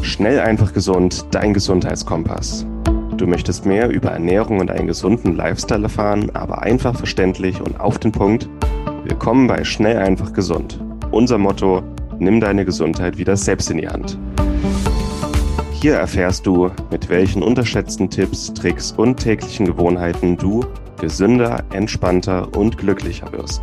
Schnell, einfach gesund, dein Gesundheitskompass. Du möchtest mehr über Ernährung und einen gesunden Lifestyle erfahren, aber einfach verständlich und auf den Punkt? Willkommen bei Schnell, einfach gesund. Unser Motto: Nimm deine Gesundheit wieder selbst in die Hand. Hier erfährst du, mit welchen unterschätzten Tipps, Tricks und täglichen Gewohnheiten du gesünder, entspannter und glücklicher wirst.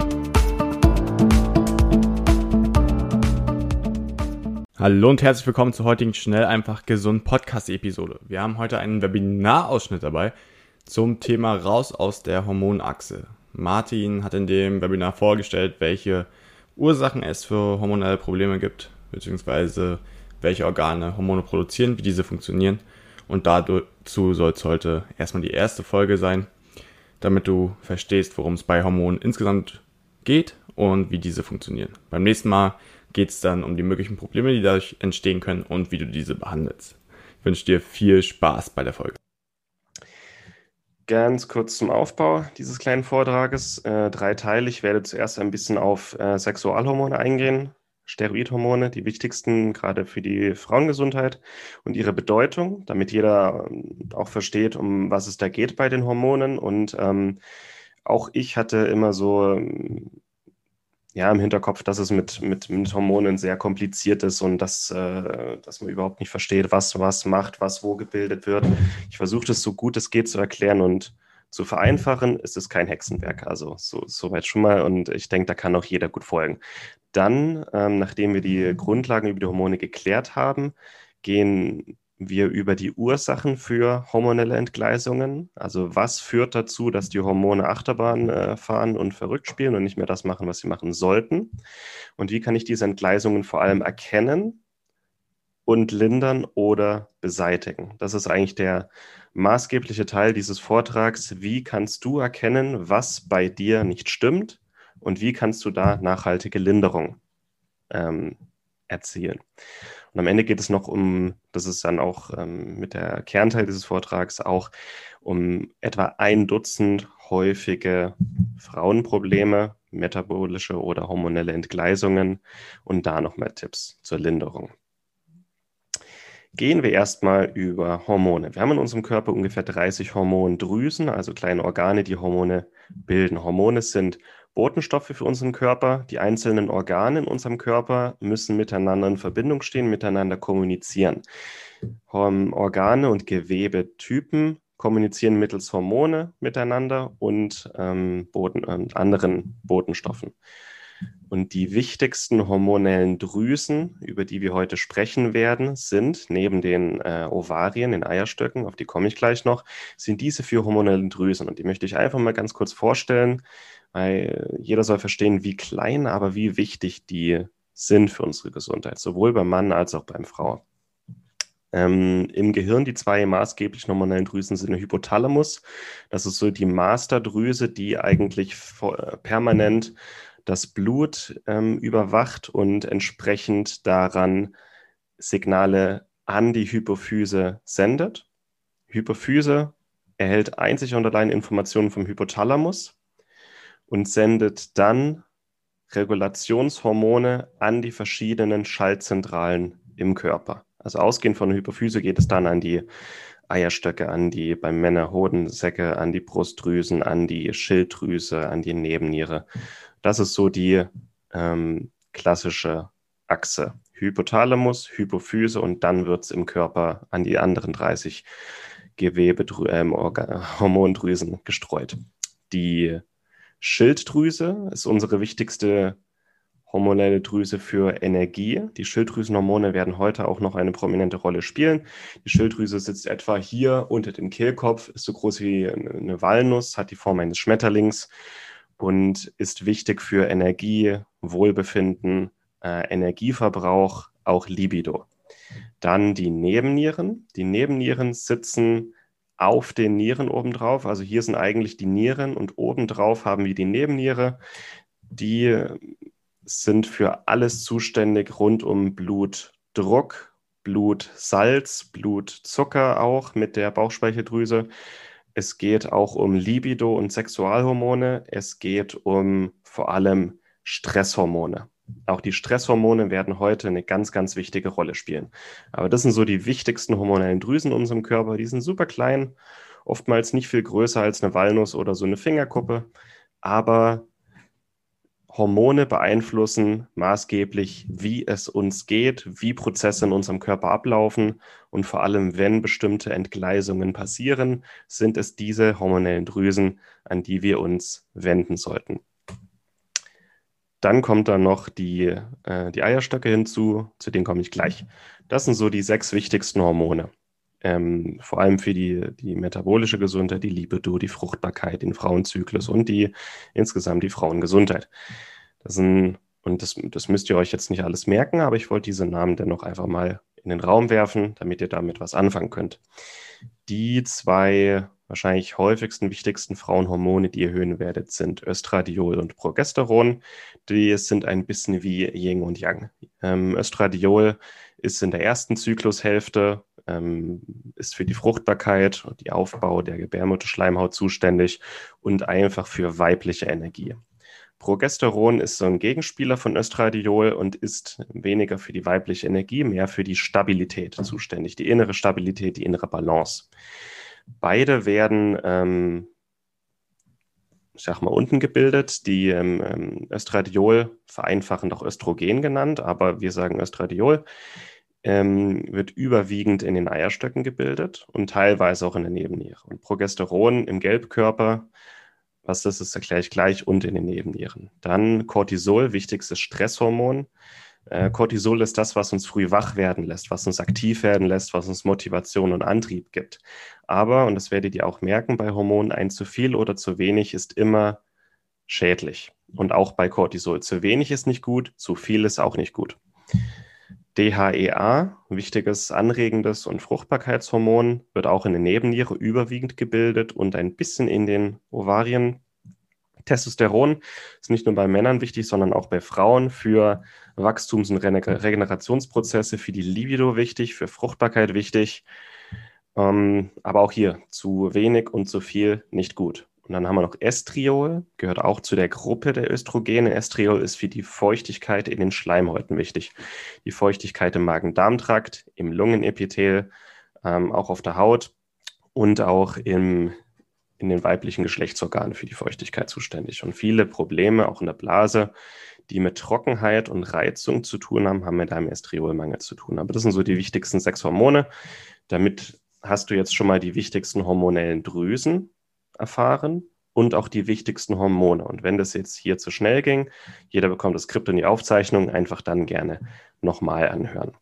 Hallo und herzlich willkommen zur heutigen Schnell, einfach gesund Podcast-Episode. Wir haben heute einen Webinarausschnitt dabei zum Thema Raus aus der Hormonachse. Martin hat in dem Webinar vorgestellt, welche Ursachen es für hormonelle Probleme gibt, beziehungsweise welche Organe Hormone produzieren, wie diese funktionieren. Und dazu soll es heute erstmal die erste Folge sein, damit du verstehst, worum es bei Hormonen insgesamt geht und wie diese funktionieren. Beim nächsten Mal geht es dann um die möglichen Probleme, die dadurch entstehen können und wie du diese behandelst. Ich wünsche dir viel Spaß bei der Folge. Ganz kurz zum Aufbau dieses kleinen Vortrages. Dreiteilig. Ich werde zuerst ein bisschen auf Sexualhormone eingehen, Steroidhormone, die wichtigsten gerade für die Frauengesundheit und ihre Bedeutung, damit jeder auch versteht, um was es da geht bei den Hormonen. Und auch ich hatte immer so im Hinterkopf, dass es mit Hormonen sehr kompliziert ist und dass man überhaupt nicht versteht, was macht, was wo gebildet wird. Ich versuche das so gut es geht zu erklären und zu vereinfachen. Es ist kein Hexenwerk, also so weit schon mal, und ich denke, da kann auch jeder gut folgen. Dann, nachdem wir die Grundlagen über die Hormone geklärt haben, gehen wir über die Ursachen für hormonelle Entgleisungen. Also was führt dazu, dass die Hormone Achterbahn fahren und verrückt spielen und nicht mehr das machen, was sie machen sollten? Und wie kann ich diese Entgleisungen vor allem erkennen und lindern oder beseitigen? Das ist eigentlich der maßgebliche Teil dieses Vortrags. Wie kannst du erkennen, was bei dir nicht stimmt und wie kannst du da nachhaltige Linderung erzielen? Und am Ende geht es noch das ist dann auch mit der Kernteil dieses Vortrags, auch um etwa 1 Dutzend häufige Frauenprobleme, metabolische oder hormonelle Entgleisungen und da noch mehr Tipps zur Linderung. Gehen wir erstmal über Hormone. Wir haben in unserem Körper ungefähr 30 Hormondrüsen, also kleine Organe, die Hormone bilden. Hormone sind Botenstoffe für unseren Körper. Die einzelnen Organe in unserem Körper müssen miteinander in Verbindung stehen, miteinander kommunizieren. Organe und Gewebetypen kommunizieren mittels Hormone miteinander und anderen Botenstoffen. Und die wichtigsten hormonellen Drüsen, über die wir heute sprechen werden, sind neben den Ovarien, den Eierstöcken, auf die komme ich gleich noch, sind diese 4 hormonellen Drüsen. Und die möchte ich einfach mal ganz kurz vorstellen, weil jeder soll verstehen, wie klein, aber wie wichtig die sind für unsere Gesundheit, sowohl beim Mann als auch beim Frau. Im Gehirn die 2 maßgeblichen hormonellen Drüsen sind der Hypothalamus. Das ist so die Masterdrüse, die eigentlich permanent das Blut überwacht und entsprechend daran Signale an die Hypophyse sendet. Hypophyse erhält einzig und allein Informationen vom Hypothalamus und sendet dann Regulationshormone an die verschiedenen Schaltzentralen im Körper. Also ausgehend von der Hypophyse geht es dann an die Eierstöcke, beim Männer Hodensäcke, an die Brustdrüsen, an die Schilddrüse, an die Nebenniere. Das ist so die klassische Achse. Hypothalamus, Hypophyse und dann wird es im Körper an die anderen 30 Hormondrüsen gestreut. Die Schilddrüse ist unsere wichtigste hormonelle Drüse für Energie. Die Schilddrüsenhormone werden heute auch noch eine prominente Rolle spielen. Die Schilddrüse sitzt etwa hier unter dem Kehlkopf, ist so groß wie eine Walnuss, hat die Form eines Schmetterlings und ist wichtig für Energie, Wohlbefinden, Energieverbrauch, auch Libido. Dann die Nebennieren. Die Nebennieren sitzen auf den Nieren obendrauf. Also hier sind eigentlich die Nieren und obendrauf haben wir die Nebenniere. Die sind für alles zuständig rund um Blutdruck, Blutsalz, Blutzucker auch mit der Bauchspeicheldrüse. Es geht auch um Libido und Sexualhormone. Es geht um vor allem Stresshormone. Auch die Stresshormone werden heute eine ganz, ganz wichtige Rolle spielen. Aber das sind so die wichtigsten hormonellen Drüsen in unserem Körper. Die sind super klein, oftmals nicht viel größer als eine Walnuss oder so eine Fingerkuppe. Aber Hormone beeinflussen maßgeblich, wie es uns geht, wie Prozesse in unserem Körper ablaufen und vor allem, wenn bestimmte Entgleisungen passieren, sind es diese hormonellen Drüsen, an die wir uns wenden sollten. Dann kommt dann noch die Eierstöcke hinzu, zu denen komme ich gleich. Das sind so die 6 wichtigsten Hormone. Vor allem für die metabolische Gesundheit, die Libido, die Fruchtbarkeit, den Frauenzyklus und insgesamt die Frauengesundheit. Das müsst ihr euch jetzt nicht alles merken, aber ich wollte diese Namen dennoch einfach mal in den Raum werfen, damit ihr damit was anfangen könnt. Die 2 wahrscheinlich häufigsten, wichtigsten Frauenhormone, die ihr hören werdet, sind Östradiol und Progesteron. Die sind ein bisschen wie Yin und Yang. Östradiol ist in der ersten Zyklushälfte, ist für die Fruchtbarkeit und den Aufbau der Gebärmutterschleimhaut zuständig und einfach für weibliche Energie. Progesteron ist so ein Gegenspieler von Östradiol und ist weniger für die weibliche Energie, mehr für die Stabilität zuständig, die innere Stabilität, die innere Balance. Beide werden, ich sag mal, unten gebildet. Die Östradiol, vereinfachend auch Östrogen genannt, aber wir sagen Östradiol, wird überwiegend in den Eierstöcken gebildet und teilweise auch in der Nebenniere. Und Progesteron im Gelbkörper, was das ist, erkläre ich gleich, und in den Nebennieren. Dann Cortisol, wichtigstes Stresshormon. Cortisol ist das, was uns früh wach werden lässt, was uns aktiv werden lässt, was uns Motivation und Antrieb gibt. Aber, und das werdet ihr auch merken bei Hormonen, ein zu viel oder zu wenig ist immer schädlich. Und auch bei Cortisol. Zu wenig ist nicht gut, zu viel ist auch nicht gut. DHEA, wichtiges anregendes und Fruchtbarkeitshormon, wird auch in der Nebenniere überwiegend gebildet und ein bisschen in den Ovarien. Testosteron ist nicht nur bei Männern wichtig, sondern auch bei Frauen für Wachstums- und Regenerationsprozesse, für die Libido wichtig, für Fruchtbarkeit wichtig. Aber auch hier zu wenig und zu viel nicht gut. Und dann haben wir noch Estriol, gehört auch zu der Gruppe der Östrogene. Estriol ist für die Feuchtigkeit in den Schleimhäuten wichtig. Die Feuchtigkeit im Magen-Darm-Trakt, im Lungenepithel, auch auf der Haut und auch in den weiblichen Geschlechtsorganen für die Feuchtigkeit zuständig. Und viele Probleme, auch in der Blase, die mit Trockenheit und Reizung zu tun haben, haben mit einem Estriolmangel zu tun. Aber das sind so die wichtigsten 6 Hormone. Damit hast du jetzt schon mal die wichtigsten hormonellen Drüsen erfahren und auch die wichtigsten Hormone. Und wenn das jetzt hier zu schnell ging, jeder bekommt das Skript und die Aufzeichnung, einfach dann gerne nochmal anhören.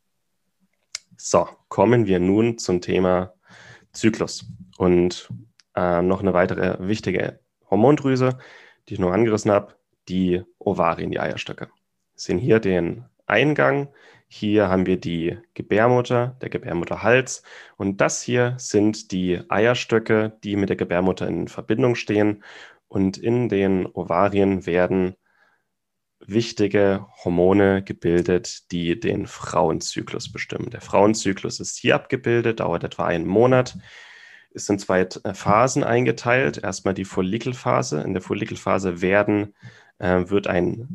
So, kommen wir nun zum Thema Zyklus. Und noch eine weitere wichtige Hormondrüse, die ich noch angerissen habe, die Ovarien, die Eierstöcke. Wir sehen hier den Eingang. Hier haben wir die Gebärmutter, der Gebärmutterhals. Und das hier sind die Eierstöcke, die mit der Gebärmutter in Verbindung stehen. Und in den Ovarien werden wichtige Hormone gebildet, die den Frauenzyklus bestimmen. Der Frauenzyklus ist hier abgebildet, dauert etwa einen Monat. Ist in 2 Phasen eingeteilt. Erstmal die Follikelphase. In der Follikelphase wird eine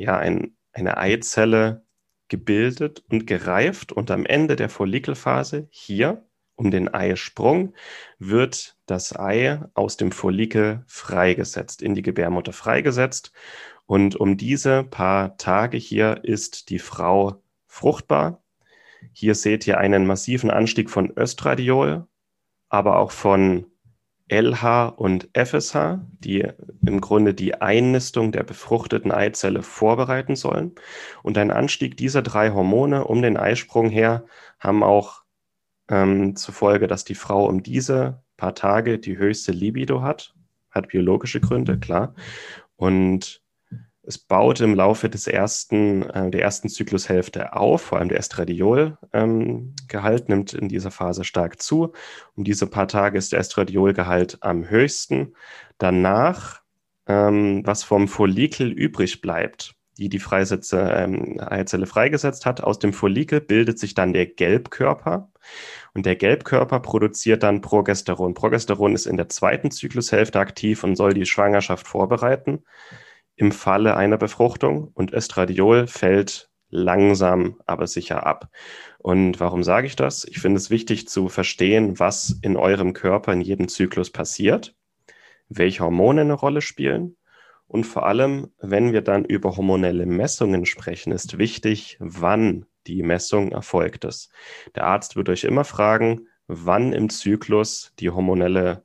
Eizelle gebildet und gereift. Und am Ende der Follikelphase, hier um den Eisprung, wird das Ei aus dem Follikel freigesetzt, in die Gebärmutter freigesetzt. Und um diese paar Tage hier ist die Frau fruchtbar. Hier seht ihr einen massiven Anstieg von Östradiol, aber auch von LH und FSH, die im Grunde die Einnistung der befruchteten Eizelle vorbereiten sollen. Und ein Anstieg dieser 3 Hormone um den Eisprung her haben auch zur Folge, dass die Frau um diese paar Tage die höchste Libido hat biologische Gründe, klar. Und es baut im Laufe der ersten Zyklushälfte auf, vor allem der Estradiolgehalt nimmt in dieser Phase stark zu. Um diese paar Tage ist der Estradiolgehalt am höchsten. Danach, was vom Follikel übrig bleibt, die Eizelle freigesetzt hat, aus dem Follikel bildet sich dann der Gelbkörper. Und der Gelbkörper produziert dann Progesteron. Progesteron ist in der 2. Zyklushälfte aktiv und soll die Schwangerschaft vorbereiten. im Falle einer Befruchtung und Östradiol fällt langsam, aber sicher ab. Und warum sage ich das? Ich finde es wichtig zu verstehen, was in eurem Körper in jedem Zyklus passiert, welche Hormone eine Rolle spielen. Und vor allem, wenn wir dann über hormonelle Messungen sprechen, ist wichtig, wann die Messung erfolgt ist. Der Arzt wird euch immer fragen, wann im Zyklus die hormonelle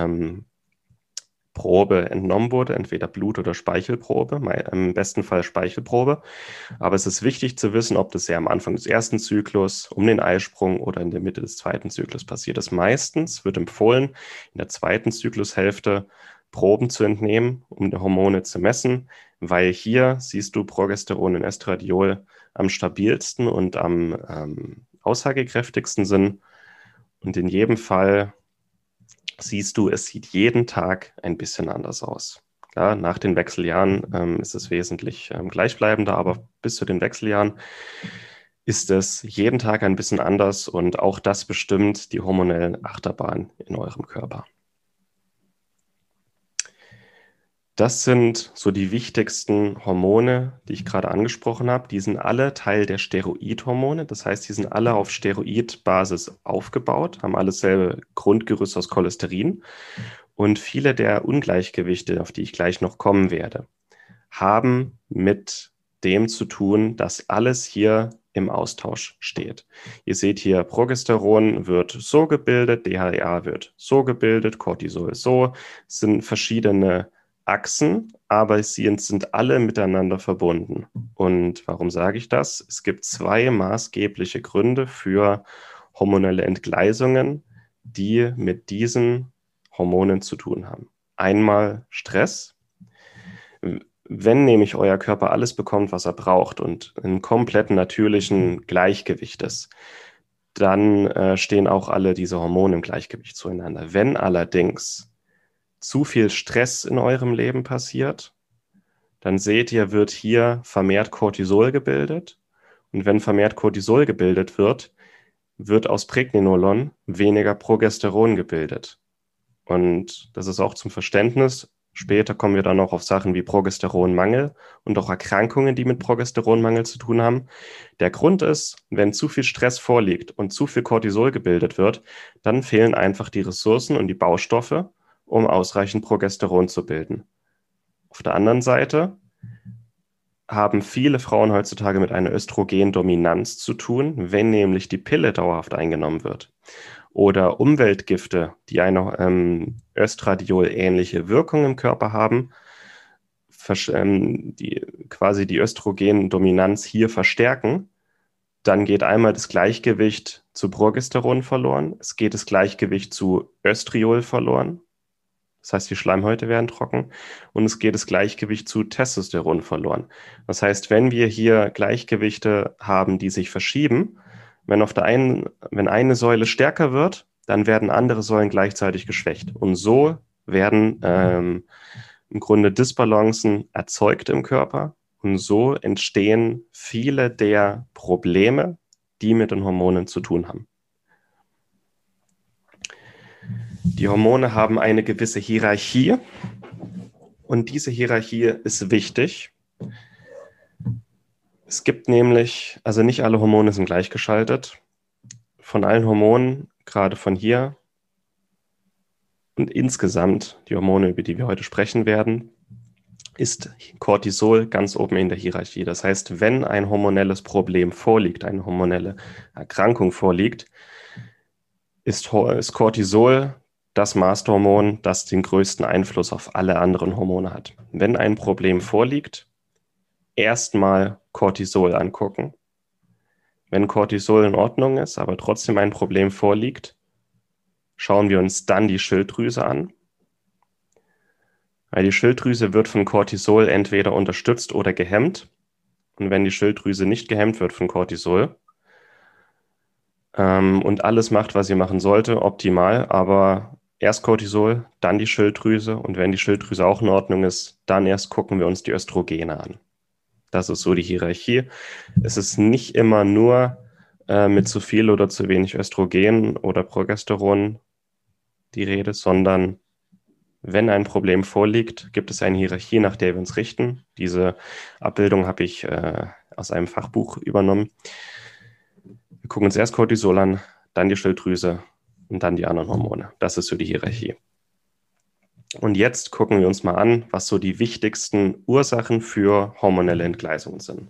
Probe entnommen wurde, entweder Blut- oder Speichelprobe, im besten Fall Speichelprobe. Aber es ist wichtig zu wissen, ob das ja am Anfang des ersten Zyklus, um den Eisprung oder in der Mitte des zweiten Zyklus passiert ist. Meistens wird empfohlen, in der zweiten Zyklushälfte Proben zu entnehmen, um die Hormone zu messen, weil hier siehst du Progesteron und Estradiol am stabilsten und am aussagekräftigsten sind. Und in jedem Fall siehst du, es sieht jeden Tag ein bisschen anders aus. Klar, nach den Wechseljahren ist es wesentlich gleichbleibender, aber bis zu den Wechseljahren ist es jeden Tag ein bisschen anders und auch das bestimmt die hormonellen Achterbahn in eurem Körper. Das sind so die wichtigsten Hormone, die ich gerade angesprochen habe. Die sind alle Teil der Steroidhormone. Das heißt, die sind alle auf Steroidbasis aufgebaut, haben alles selbe Grundgerüst aus Cholesterin. Und viele der Ungleichgewichte, auf die ich gleich noch kommen werde, haben mit dem zu tun, dass alles hier im Austausch steht. Ihr seht hier, Progesteron wird so gebildet, DHEA wird so gebildet, Cortisol so. Es sind verschiedene Achsen, aber sie sind alle miteinander verbunden. Und warum sage ich das? Es gibt zwei maßgebliche Gründe für hormonelle Entgleisungen, die mit diesen Hormonen zu tun haben. Einmal Stress. Wenn nämlich euer Körper alles bekommt, was er braucht und in kompletten natürlichen Gleichgewicht ist, dann stehen auch alle diese Hormone im Gleichgewicht zueinander. Wenn allerdings zu viel Stress in eurem Leben passiert, dann seht ihr, wird hier vermehrt Cortisol gebildet. Und wenn vermehrt Cortisol gebildet wird, wird aus Pregnenolon weniger Progesteron gebildet. Und das ist auch zum Verständnis. Später kommen wir dann noch auf Sachen wie Progesteronmangel und auch Erkrankungen, die mit Progesteronmangel zu tun haben. Der Grund ist, wenn zu viel Stress vorliegt und zu viel Cortisol gebildet wird, dann fehlen einfach die Ressourcen und die Baustoffe, um ausreichend Progesteron zu bilden. Auf der anderen Seite haben viele Frauen heutzutage mit einer Östrogendominanz zu tun, wenn nämlich die Pille dauerhaft eingenommen wird. Oder Umweltgifte, die eine Östradiol-ähnliche Wirkung im Körper haben, die quasi die Östrogendominanz hier verstärken. Dann geht einmal das Gleichgewicht zu Progesteron verloren, es geht das Gleichgewicht zu Östriol verloren. Das heißt, die Schleimhäute werden trocken und es geht das Gleichgewicht zu Testosteron verloren. Das heißt, wenn wir hier Gleichgewichte haben, die sich verschieben, wenn eine Säule stärker wird, dann werden andere Säulen gleichzeitig geschwächt. Und so werden im Grunde Disbalancen erzeugt im Körper. Und so entstehen viele der Probleme, die mit den Hormonen zu tun haben. Die Hormone haben eine gewisse Hierarchie und diese Hierarchie ist wichtig. Es gibt nämlich, also nicht alle Hormone sind gleichgeschaltet. Von allen Hormonen, gerade von hier und insgesamt die Hormone, über die wir heute sprechen werden, ist Cortisol ganz oben in der Hierarchie. Das heißt, wenn ein hormonelles Problem vorliegt, eine hormonelle Erkrankung vorliegt, ist Cortisol das Masterhormon, das den größten Einfluss auf alle anderen Hormone hat. Wenn ein Problem vorliegt, erstmal Cortisol angucken. Wenn Cortisol in Ordnung ist, aber trotzdem ein Problem vorliegt, schauen wir uns dann die Schilddrüse an. Weil die Schilddrüse wird von Cortisol entweder unterstützt oder gehemmt. Und wenn die Schilddrüse nicht gehemmt wird von Cortisol und alles macht, was sie machen sollte, optimal, aber erst Cortisol, dann die Schilddrüse und wenn die Schilddrüse auch in Ordnung ist, dann erst gucken wir uns die Östrogene an. Das ist so die Hierarchie. Es ist nicht immer nur mit zu viel oder zu wenig Östrogen oder Progesteron die Rede, sondern Wenn ein Problem vorliegt, gibt es eine Hierarchie, nach der wir uns richten. Diese Abbildung habe ich aus einem Fachbuch übernommen. Wir gucken uns erst Cortisol an, dann die Schilddrüse und dann die anderen Hormone. Das ist so die Hierarchie. Und jetzt gucken wir uns mal an, was so die wichtigsten Ursachen für hormonelle Entgleisungen sind.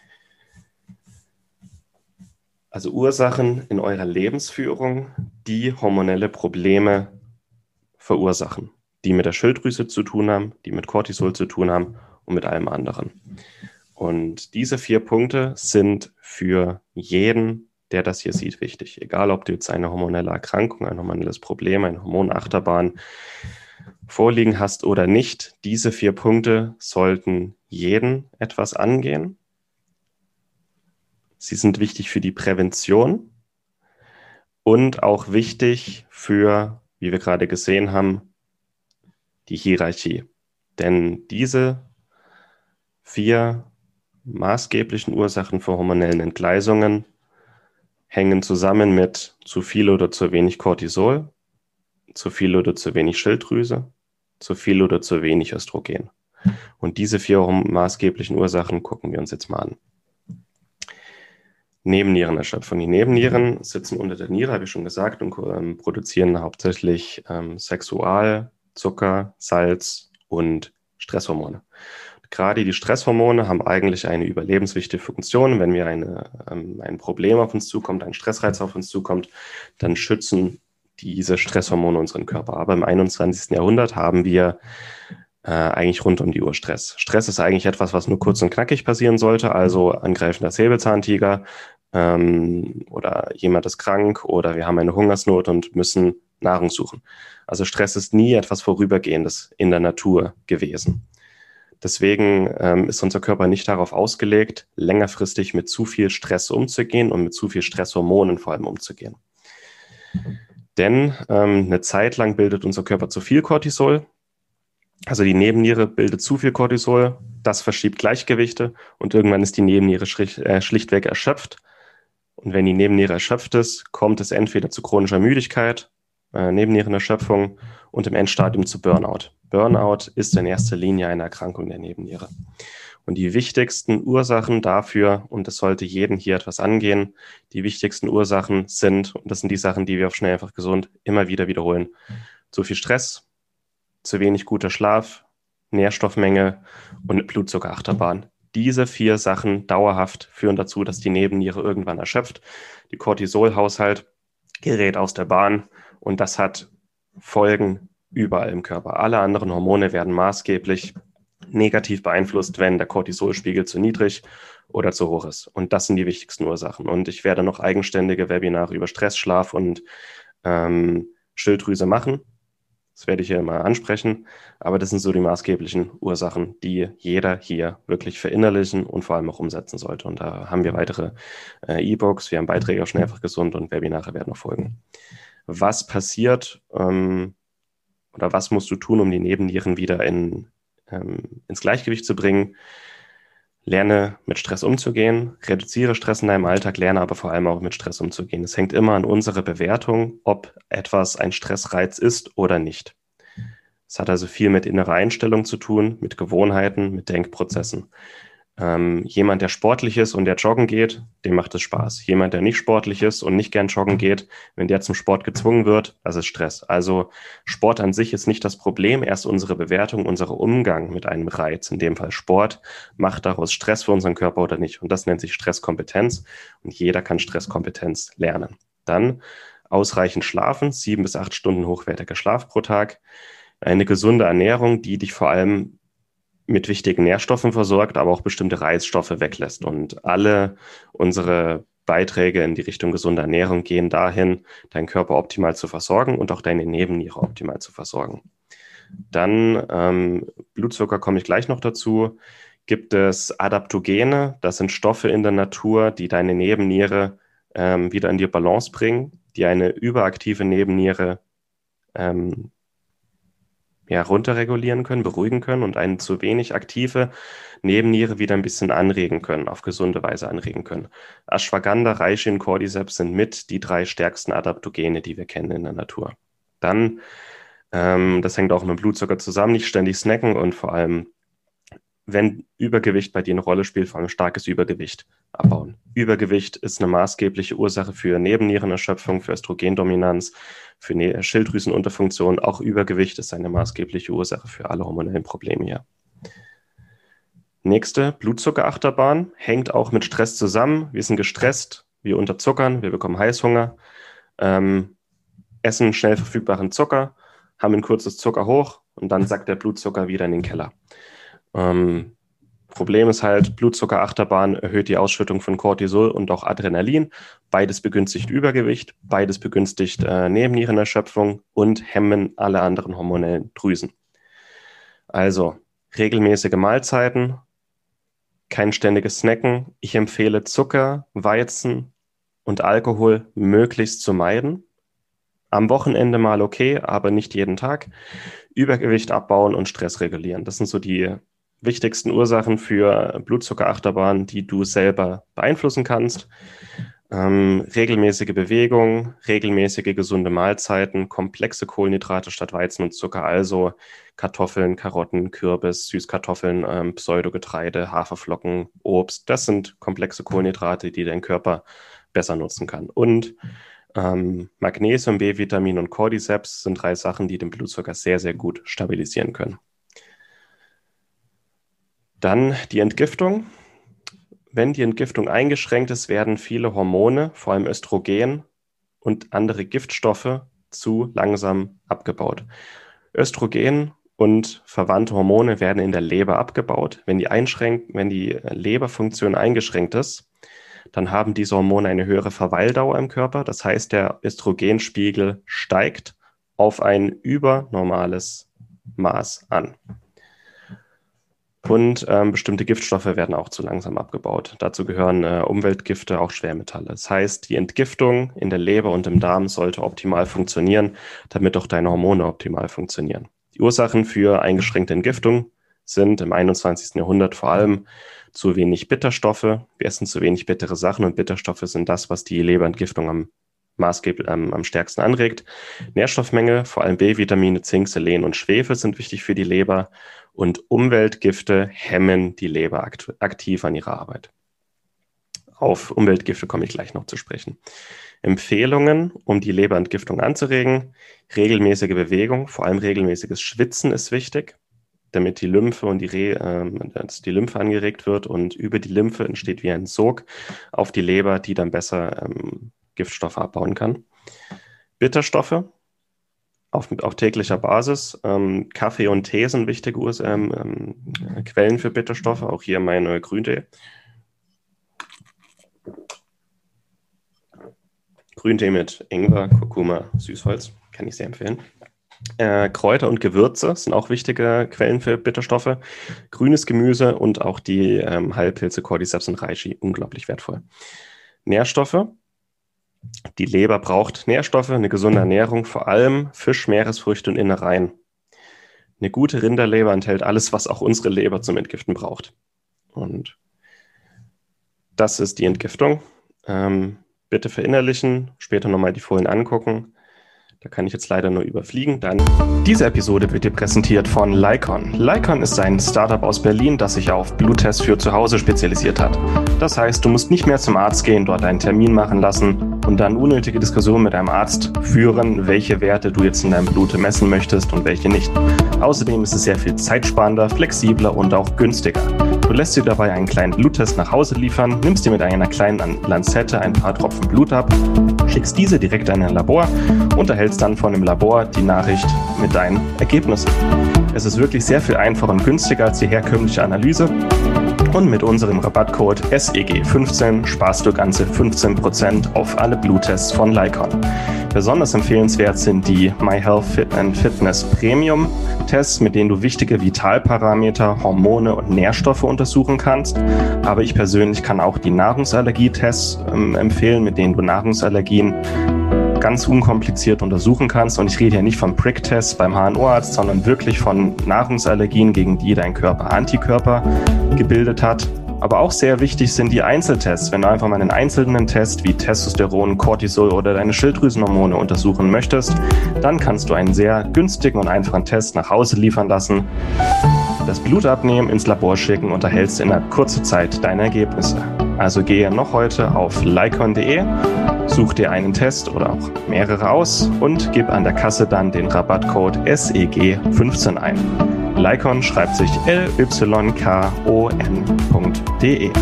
Also Ursachen in eurer Lebensführung, die hormonelle Probleme verursachen, die mit der Schilddrüse zu tun haben, die mit Cortisol zu tun haben und mit allem anderen. Und diese 4 Punkte sind für jeden, der das hier sieht, wichtig. Egal, ob du jetzt eine hormonelle Erkrankung, ein hormonelles Problem, eine Hormonachterbahn vorliegen hast oder nicht, diese 4 Punkte sollten jeden etwas angehen. Sie sind wichtig für die Prävention und auch wichtig für, wie wir gerade gesehen haben, die Hierarchie. Denn diese 4 maßgeblichen Ursachen für hormonellen Entgleisungen hängen zusammen mit zu viel oder zu wenig Cortisol, zu viel oder zu wenig Schilddrüse, zu viel oder zu wenig Östrogen. Und diese 4 maßgeblichen Ursachen gucken wir uns jetzt mal an. Nebennierenerschöpfung. Die Nebennieren sitzen unter der Niere, habe ich schon gesagt, und produzieren hauptsächlich Sexual-, Zucker-, Salz- und Stresshormone. Gerade die Stresshormone haben eigentlich eine überlebenswichtige Funktion. Wenn wir ein Problem auf uns zukommt, ein Stressreiz auf uns zukommt, dann schützen diese Stresshormone unseren Körper. Aber im 21. Jahrhundert haben wir eigentlich rund um die Uhr Stress. Stress ist eigentlich etwas, was nur kurz und knackig passieren sollte, also angreifender Säbelzahntiger oder jemand ist krank oder wir haben eine Hungersnot und müssen Nahrung suchen. Also Stress ist nie etwas Vorübergehendes in der Natur gewesen. Deswegen ist unser Körper nicht darauf ausgelegt, längerfristig mit zu viel Stress umzugehen und mit zu viel Stresshormonen vor allem umzugehen. Denn eine Zeit lang bildet unser Körper zu viel Cortisol. Also die Nebenniere bildet zu viel Cortisol, das verschiebt Gleichgewichte und irgendwann ist die Nebenniere schlichtweg erschöpft. Und wenn die Nebenniere erschöpft ist, kommt es entweder zu chronischer Müdigkeit, Nebennierenerschöpfung und im Endstadium zu Burnout. Burnout ist in erster Linie eine Erkrankung der Nebenniere. Und die wichtigsten Ursachen dafür, und das sollte jeden hier etwas angehen, die wichtigsten Ursachen sind, und das sind die Sachen, die wir auf Schnell einfach gesund immer wieder wiederholen, zu viel Stress, zu wenig guter Schlaf, Nährstoffmenge und eine Blutzuckerachterbahn. Diese 4 Sachen dauerhaft führen dazu, dass die Nebenniere irgendwann erschöpft. Die Cortisolhaushalt gerät aus der Bahn und das hat Folgen überall im Körper. Alle anderen Hormone werden maßgeblich negativ beeinflusst, wenn der Cortisolspiegel zu niedrig oder zu hoch ist. Und das sind die wichtigsten Ursachen. Und ich werde noch eigenständige Webinare über Stress, Schlaf und Schilddrüse machen. Das werde ich hier mal ansprechen, aber das sind so die maßgeblichen Ursachen, die jeder hier wirklich verinnerlichen und vor allem auch umsetzen sollte. Und da haben wir weitere E-Books, wir haben Beiträge auf Schnell einfach gesund und Webinare werden noch folgen. Was passiert oder was musst du tun, um die Nebennieren wieder ins Gleichgewicht zu bringen? Lerne mit Stress umzugehen, reduziere Stress in deinem Alltag, lerne aber vor allem auch mit Stress umzugehen. Es hängt immer an unserer Bewertung, ob etwas ein Stressreiz ist oder nicht. Es hat also viel mit innerer Einstellung zu tun, mit Gewohnheiten, mit Denkprozessen. Jemand, der sportlich ist und der joggen geht, dem macht es Spaß. Jemand, der nicht sportlich ist und nicht gern joggen geht, wenn der zum Sport gezwungen wird, das ist Stress. Also Sport an sich ist nicht das Problem, erst unsere Bewertung, unser Umgang mit einem Reiz, in dem Fall Sport, macht daraus Stress für unseren Körper oder nicht. Und das nennt sich Stresskompetenz und jeder kann Stresskompetenz lernen. Dann ausreichend schlafen, 7 bis 8 Stunden hochwertiger Schlaf pro Tag, eine gesunde Ernährung, die dich vor allem mit wichtigen Nährstoffen versorgt, aber auch bestimmte Reizstoffe weglässt. Und alle unsere Beiträge in die Richtung gesunde Ernährung gehen dahin, deinen Körper optimal zu versorgen und auch deine Nebenniere optimal zu versorgen. Dann Blutzucker komme ich gleich noch dazu. Gibt es Adaptogene, das sind Stoffe in der Natur, die deine Nebenniere wieder in die Balance bringen, die eine überaktive Nebenniere runterregulieren können, beruhigen können und eine zu wenig aktive Nebenniere wieder ein bisschen anregen können, auf gesunde Weise anregen können. Ashwagandha, Reishi und Cordyceps sind mit die 3 stärksten Adaptogene, die wir kennen in der Natur. Dann Das hängt auch mit dem Blutzucker zusammen, nicht ständig snacken und vor allem, wenn Übergewicht bei dir eine Rolle spielt, vor allem starkes Übergewicht abbauen. Übergewicht ist eine maßgebliche Ursache für Nebennierenerschöpfung, für Östrogendominanz, für Schilddrüsenunterfunktion. Auch Übergewicht ist eine maßgebliche Ursache für alle hormonellen Probleme hier. Nächste, Blutzuckerachterbahn, hängt auch mit Stress zusammen. Wir sind gestresst, wir unterzuckern, wir bekommen Heißhunger, essen schnell verfügbaren Zucker, haben ein kurzes Zucker hoch und dann sackt der Blutzucker wieder in den Keller. Problem ist halt, Blutzuckerachterbahn erhöht die Ausschüttung von Cortisol und auch Adrenalin. Beides begünstigt Übergewicht, beides begünstigt Nebennierenerschöpfung und hemmen alle anderen hormonellen Drüsen. Also regelmäßige Mahlzeiten, kein ständiges Snacken. Ich empfehle Zucker, Weizen und Alkohol möglichst zu meiden. Am Wochenende mal okay, aber nicht jeden Tag. Übergewicht abbauen und Stress regulieren. Das sind so die wichtigsten Ursachen für Blutzuckerachterbahn, die du selber beeinflussen kannst. Regelmäßige Bewegung, regelmäßige gesunde Mahlzeiten, komplexe Kohlenhydrate statt Weizen und Zucker, also Kartoffeln, Karotten, Kürbis, Süßkartoffeln, Pseudogetreide, Haferflocken, Obst. Das sind komplexe Kohlenhydrate, die dein Körper besser nutzen kann. Und Magnesium, B-Vitamin und Cordyceps sind 3 Sachen, die den Blutzucker sehr, sehr gut stabilisieren können. Dann die Entgiftung. Wenn die Entgiftung eingeschränkt ist, werden viele Hormone, vor allem Östrogen und andere Giftstoffe, zu langsam abgebaut. Östrogen und verwandte Hormone werden in der Leber abgebaut. Wenn die Leberfunktion eingeschränkt ist, dann haben diese Hormone eine höhere Verweildauer im Körper. Das heißt, der Östrogenspiegel steigt auf ein übernormales Maß an. Und bestimmte Giftstoffe werden auch zu langsam abgebaut. Dazu gehören Umweltgifte, auch Schwermetalle. Das heißt, die Entgiftung in der Leber und im Darm sollte optimal funktionieren, damit auch deine Hormone optimal funktionieren. Die Ursachen für eingeschränkte Entgiftung sind im 21. Jahrhundert vor allem zu wenig Bitterstoffe. Wir essen zu wenig bittere Sachen und Bitterstoffe sind das, was die Leberentgiftung am stärksten anregt. Nährstoffmenge, vor allem B-Vitamine, Zink, Selen und Schwefel sind wichtig für die Leber und Umweltgifte hemmen die Leber aktiv an ihrer Arbeit. Auf Umweltgifte komme ich gleich noch zu sprechen. Empfehlungen, um die Leberentgiftung anzuregen: regelmäßige Bewegung, vor allem regelmäßiges Schwitzen ist wichtig, damit die Lymphe und dass die Lymphe angeregt wird und über die Lymphe entsteht wie ein Sog auf die Leber, die dann besser Giftstoffe abbauen kann. Bitterstoffe auf täglicher Basis. Kaffee und Tee sind wichtige Quellen für Bitterstoffe. Auch hier meine Grüntee. Grüntee mit Ingwer, Kurkuma, Süßholz. Kann ich sehr empfehlen. Kräuter und Gewürze sind auch wichtige Quellen für Bitterstoffe. Grünes Gemüse und auch die Heilpilze Cordyceps und Reishi, unglaublich wertvoll. Nährstoffe. Die Leber braucht Nährstoffe, eine gesunde Ernährung, vor allem Fisch, Meeresfrüchte und Innereien. Eine gute Rinderleber enthält alles, was auch unsere Leber zum Entgiften braucht. Und das ist die Entgiftung. Bitte verinnerlichen, später nochmal die Folien angucken. Da kann ich jetzt leider nur überfliegen. Diese Episode wird dir präsentiert von Lykon. Lykon ist ein Startup aus Berlin, das sich auf Bluttests für zu Hause spezialisiert hat. Das heißt, du musst nicht mehr zum Arzt gehen, dort einen Termin machen lassen und dann unnötige Diskussionen mit deinem Arzt führen, welche Werte du jetzt in deinem Blut messen möchtest und welche nicht. Außerdem ist es sehr viel zeitsparender, flexibler und auch günstiger. Du lässt dir dabei einen kleinen Bluttest nach Hause liefern, nimmst dir mit einer kleinen Lanzette ein paar Tropfen Blut ab, schickst diese direkt an ein Labor und erhältst dann von dem Labor die Nachricht mit deinen Ergebnissen. Es ist wirklich sehr viel einfacher und günstiger als die herkömmliche Analyse. Und mit unserem Rabattcode SEG15 sparst du ganze 15% auf alle Bluttests von Lykon. Besonders empfehlenswert sind die MyHealth Fit & Fitness Premium Tests, mit denen du wichtige Vitalparameter, Hormone und Nährstoffe untersuchen kannst. Aber ich persönlich kann auch die Nahrungsallergietests empfehlen, mit denen du Nahrungsallergien ganz unkompliziert untersuchen kannst. Und ich rede hier nicht vom Prick-Test beim HNO-Arzt, sondern wirklich von Nahrungsallergien, gegen die dein Körper Antikörper gebildet hat. Aber auch sehr wichtig sind die Einzeltests. Wenn du einfach mal einen einzelnen Test wie Testosteron, Cortisol oder deine Schilddrüsenhormone untersuchen möchtest, dann kannst du einen sehr günstigen und einfachen Test nach Hause liefern lassen, das Blut abnehmen, ins Labor schicken und erhältst innerhalb kurzer Zeit deine Ergebnisse. Also gehe noch heute auf lykon.de, such dir einen Test oder auch mehrere aus und gib an der Kasse dann den Rabattcode SEG15 ein. Lykon schreibt sich lykon.de.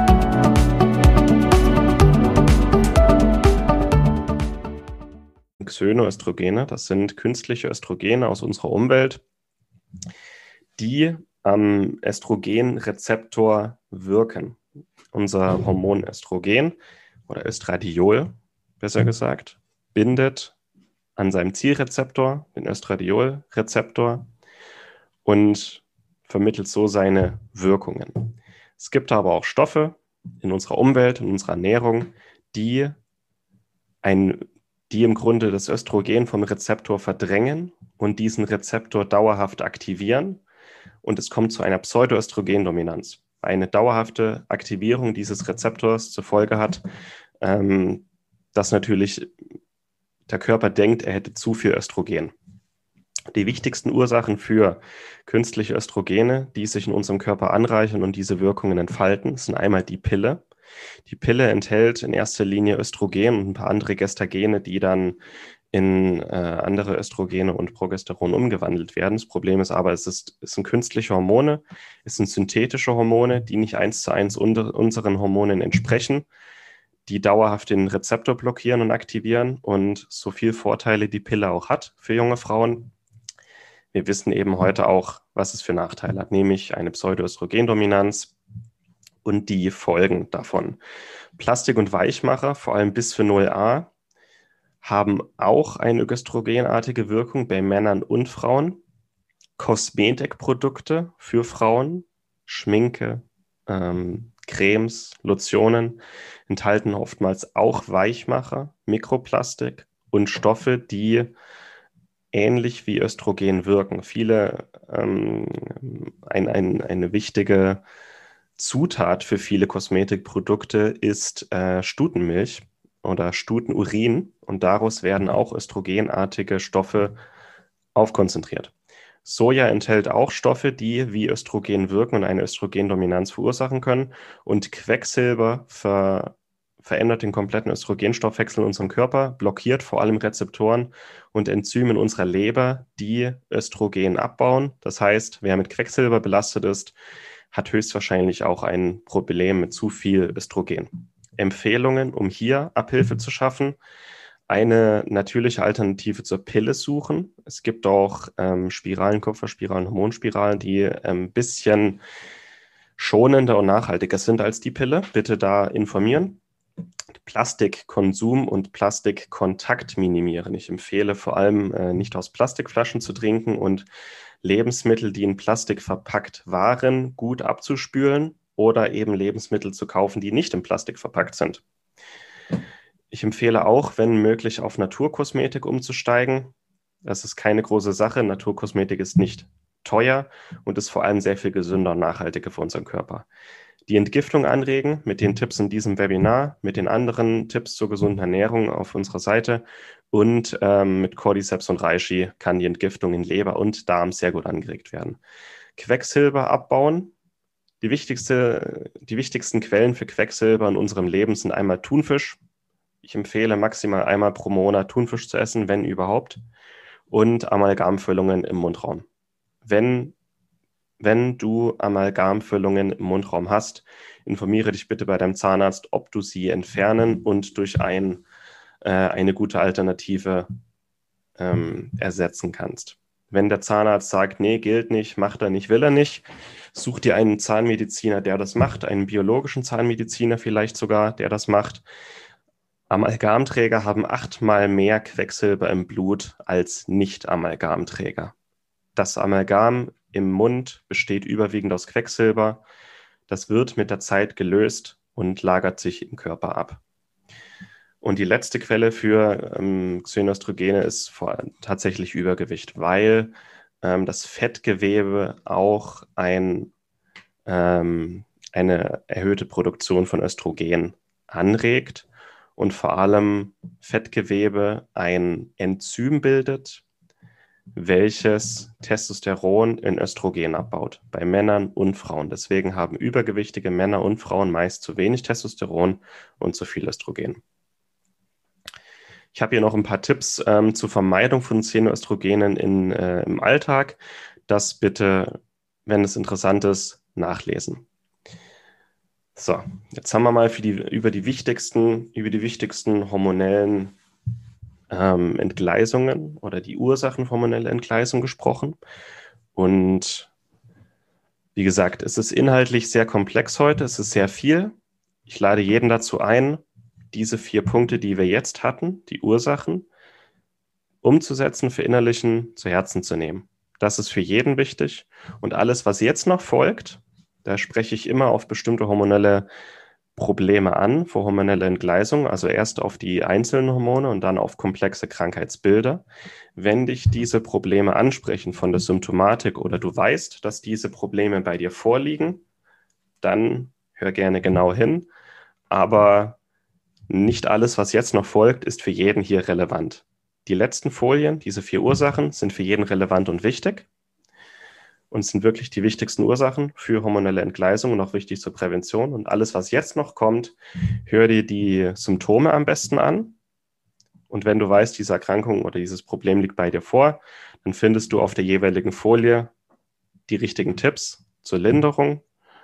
Xönoöstrogene, das sind künstliche Östrogene aus unserer Umwelt, die am Östrogenrezeptor wirken. Unser Hormon Östrogen oder Östradiol, besser gesagt, bindet an seinem Zielrezeptor, den Östradiolrezeptor, und vermittelt so seine Wirkungen. Es gibt aber auch Stoffe in unserer Umwelt, in unserer Ernährung, die im Grunde das Östrogen vom Rezeptor verdrängen und diesen Rezeptor dauerhaft aktivieren. Und es kommt zu einer Pseudoöstrogendominanz. Eine dauerhafte Aktivierung dieses Rezeptors zur Folge hat, dass natürlich der Körper denkt, er hätte zu viel Östrogen. Die wichtigsten Ursachen für künstliche Östrogene, die sich in unserem Körper anreichern und diese Wirkungen entfalten, sind einmal die Pille. Die Pille enthält in erster Linie Östrogen und ein paar andere Gestagene, die dann in andere Östrogene und Progesteron umgewandelt werden. Das Problem ist aber, es sind künstliche Hormone, es sind synthetische Hormone, die nicht 1:1 unseren Hormonen entsprechen, die dauerhaft den Rezeptor blockieren und aktivieren, und so viel Vorteile die Pille auch hat für junge Frauen. Wir wissen eben heute auch, was es für Nachteile hat, nämlich eine Pseudoöstrogendominanz und die Folgen davon. Plastik- und Weichmacher, vor allem Bisphenol-A, haben auch eine östrogenartige Wirkung bei Männern und Frauen. Kosmetikprodukte für Frauen, Schminke, Cremes, Lotionen enthalten oftmals auch Weichmacher, Mikroplastik und Stoffe, die ähnlich wie Östrogen wirken. Eine wichtige Zutat für viele Kosmetikprodukte ist Stutenmilch oder Stutenurin, und daraus werden auch östrogenartige Stoffe aufkonzentriert. Soja enthält auch Stoffe, die wie Östrogen wirken und eine Östrogendominanz verursachen können, und Quecksilber verändert den kompletten Östrogenstoffwechsel in unserem Körper, blockiert vor allem Rezeptoren und Enzyme in unserer Leber, die Östrogen abbauen. Das heißt, wer mit Quecksilber belastet ist, hat höchstwahrscheinlich auch ein Problem mit zu viel Östrogen. Empfehlungen, um hier Abhilfe zu schaffen: eine natürliche Alternative zur Pille suchen. Es gibt auch Spiralen, Kupferspiralen, Hormonspiralen, die ein bisschen schonender und nachhaltiger sind als die Pille. Bitte da informieren. Plastikkonsum und Plastikkontakt minimieren. Ich empfehle vor allem nicht aus Plastikflaschen zu trinken und Lebensmittel, die in Plastik verpackt waren, gut abzuspülen oder eben Lebensmittel zu kaufen, die nicht in Plastik verpackt sind. Ich empfehle auch, wenn möglich, auf Naturkosmetik umzusteigen. Das ist keine große Sache. Naturkosmetik ist nicht teuer und ist vor allem sehr viel gesünder und nachhaltiger für unseren Körper. Die Entgiftung anregen mit den Tipps in diesem Webinar, mit den anderen Tipps zur gesunden Ernährung auf unserer Seite, und mit Cordyceps und Reishi kann die Entgiftung in Leber und Darm sehr gut angeregt werden. Quecksilber abbauen. Die wichtigsten Quellen für Quecksilber in unserem Leben sind einmal Thunfisch. Ich empfehle maximal einmal pro Monat Thunfisch zu essen, wenn überhaupt, und Amalgamfüllungen im Mundraum. Wenn du Amalgamfüllungen im Mundraum hast, informiere dich bitte bei deinem Zahnarzt, ob du sie entfernen und durch eine gute Alternative ersetzen kannst. Wenn der Zahnarzt sagt, nee, gilt nicht, macht er nicht, will er nicht, such dir einen Zahnmediziner, der das macht, einen biologischen Zahnmediziner vielleicht sogar, der das macht. Amalgamträger haben 8-mal mehr Quecksilber im Blut als Nicht-Amalgamträger. Das Amalgam im Mund besteht überwiegend aus Quecksilber. Das wird mit der Zeit gelöst und lagert sich im Körper ab. Und die letzte Quelle für Xönoöstrogene ist tatsächlich Übergewicht, weil das Fettgewebe auch ein eine erhöhte Produktion von Östrogen anregt und vor allem Fettgewebe ein Enzym bildet, welches Testosteron in Östrogen abbaut, bei Männern und Frauen. Deswegen haben übergewichtige Männer und Frauen meist zu wenig Testosteron und zu viel Östrogen. Ich habe hier noch ein paar Tipps zur Vermeidung von Xenoöstrogenen im Alltag. Das bitte, wenn es interessant ist, nachlesen. So, jetzt haben wir mal über die wichtigsten hormonellen Entgleisungen oder die Ursachen hormoneller Entgleisung gesprochen. Und wie gesagt, es ist inhaltlich sehr komplex heute, es ist sehr viel. Ich lade jeden dazu ein, diese 4 Punkte, die wir jetzt hatten, die Ursachen, umzusetzen, verinnerlichen, zu Herzen zu nehmen. Das ist für jeden wichtig. Und alles, was jetzt noch folgt, da spreche ich immer auf bestimmte hormonelle Probleme an, vor hormonelle Entgleisung, also erst auf die einzelnen Hormone und dann auf komplexe Krankheitsbilder. Wenn dich diese Probleme ansprechen von der Symptomatik oder du weißt, dass diese Probleme bei dir vorliegen, dann hör gerne genau hin. Aber nicht alles, was jetzt noch folgt, ist für jeden hier relevant. Die letzten Folien, diese 4 Ursachen, sind für jeden relevant und wichtig und sind wirklich die wichtigsten Ursachen für hormonelle Entgleisung und auch wichtig zur Prävention. Und alles, was jetzt noch kommt, hör dir die Symptome am besten an. Und wenn du weißt, diese Erkrankung oder dieses Problem liegt bei dir vor, dann findest du auf der jeweiligen Folie die richtigen Tipps zur Linderung.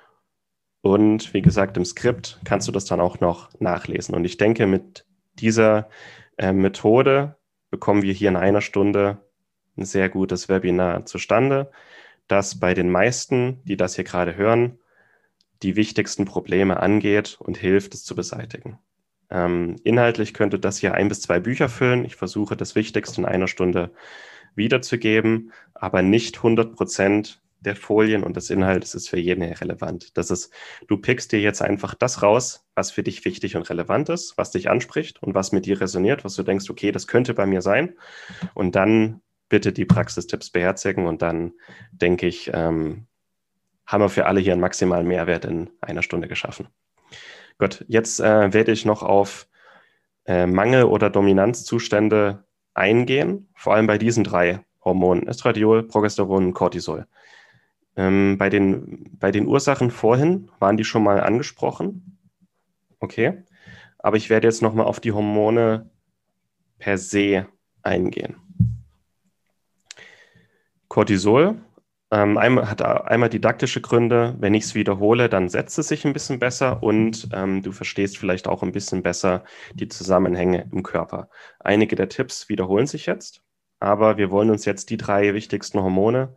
Und wie gesagt, im Skript kannst du das dann auch noch nachlesen. Und ich denke, mit dieser Methode bekommen wir hier in einer Stunde ein sehr gutes Webinar zustande, das bei den meisten, die das hier gerade hören, die wichtigsten Probleme angeht und hilft, es zu beseitigen. Inhaltlich könnte das hier 1 bis 2 Bücher füllen. Ich versuche, das Wichtigste in einer Stunde wiederzugeben, aber nicht 100% der Folien und des Inhalts ist für jeden relevant. Du pickst dir jetzt einfach das raus, was für dich wichtig und relevant ist, was dich anspricht und was mit dir resoniert, was du denkst, okay, das könnte bei mir sein. Und dann bitte die Praxistipps beherzigen und dann, denke ich, haben wir für alle hier einen maximalen Mehrwert in einer Stunde geschaffen. Gut, jetzt werde ich noch auf Mangel- oder Dominanzzustände eingehen, vor allem bei diesen 3 Hormonen, Estradiol, Progesteron und Cortisol. Bei den Ursachen vorhin waren die schon mal angesprochen. Okay, aber ich werde jetzt nochmal auf die Hormone per se eingehen. Cortisol hat einmal didaktische Gründe. Wenn ich es wiederhole, dann setzt es sich ein bisschen besser und du verstehst vielleicht auch ein bisschen besser die Zusammenhänge im Körper. Einige der Tipps wiederholen sich jetzt, aber wir wollen uns jetzt die 3 wichtigsten Hormone,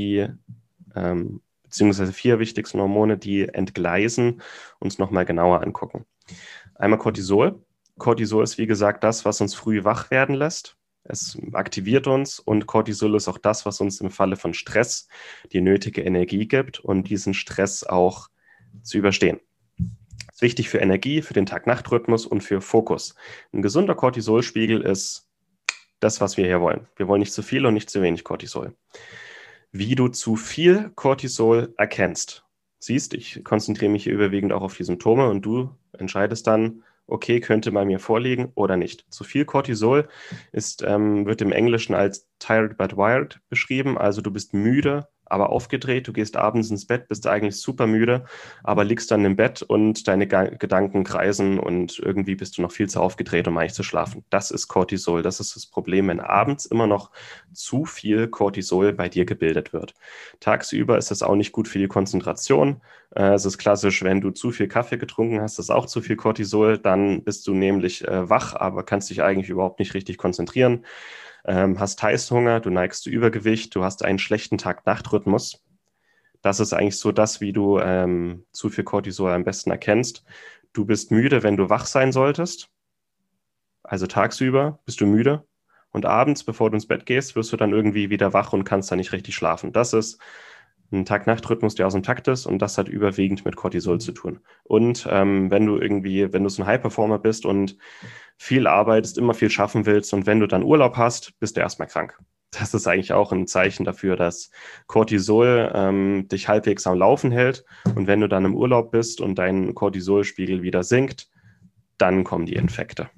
beziehungsweise 4 wichtigsten Hormone, die entgleisen, uns nochmal genauer angucken. Einmal Cortisol. Cortisol ist, wie gesagt, das, was uns früh wach werden lässt. Es aktiviert uns und Cortisol ist auch das, was uns im Falle von Stress die nötige Energie gibt und diesen Stress auch zu überstehen. Das ist wichtig für Energie, für den Tag-Nacht-Rhythmus und für Fokus. Ein gesunder Cortisolspiegel ist das, was wir hier wollen. Wir wollen nicht zu viel und nicht zu wenig Cortisol. Wie du zu viel Cortisol erkennst. Siehst, ich konzentriere mich hier überwiegend auch auf die Symptome und du entscheidest dann, okay, könnte bei mir vorliegen oder nicht. Zu viel Cortisol wird im Englischen als tired but wired beschrieben, also du bist müde, aber aufgedreht, du gehst abends ins Bett, bist eigentlich super müde, aber liegst dann im Bett und deine Gedanken kreisen und irgendwie bist du noch viel zu aufgedreht, um eigentlich zu schlafen. Das ist Cortisol, das ist das Problem, wenn abends immer noch zu viel Cortisol bei dir gebildet wird. Tagsüber ist es auch nicht gut für die Konzentration. Es ist klassisch, wenn du zu viel Kaffee getrunken hast, ist auch zu viel Cortisol, dann bist du nämlich wach, aber kannst dich eigentlich überhaupt nicht richtig konzentrieren. Hast Heißhunger, du neigst zu Übergewicht, du hast einen schlechten Tag-Nacht-Rhythmus. Das ist eigentlich so das, wie du zu viel Cortisol am besten erkennst. Du bist müde, wenn du wach sein solltest. Also tagsüber bist du müde und abends, bevor du ins Bett gehst, wirst du dann irgendwie wieder wach und kannst dann nicht richtig schlafen. Das ist ein Tag-Nacht-Rhythmus, der aus dem Takt ist und das hat überwiegend mit Cortisol zu tun. Und wenn du so ein High-Performer bist und viel arbeitest, immer viel schaffen willst und wenn du dann Urlaub hast, bist du erstmal krank. Das ist eigentlich auch ein Zeichen dafür, dass Cortisol dich halbwegs am Laufen hält. Und wenn du dann im Urlaub bist und dein Cortisolspiegel wieder sinkt, dann kommen die Infekte.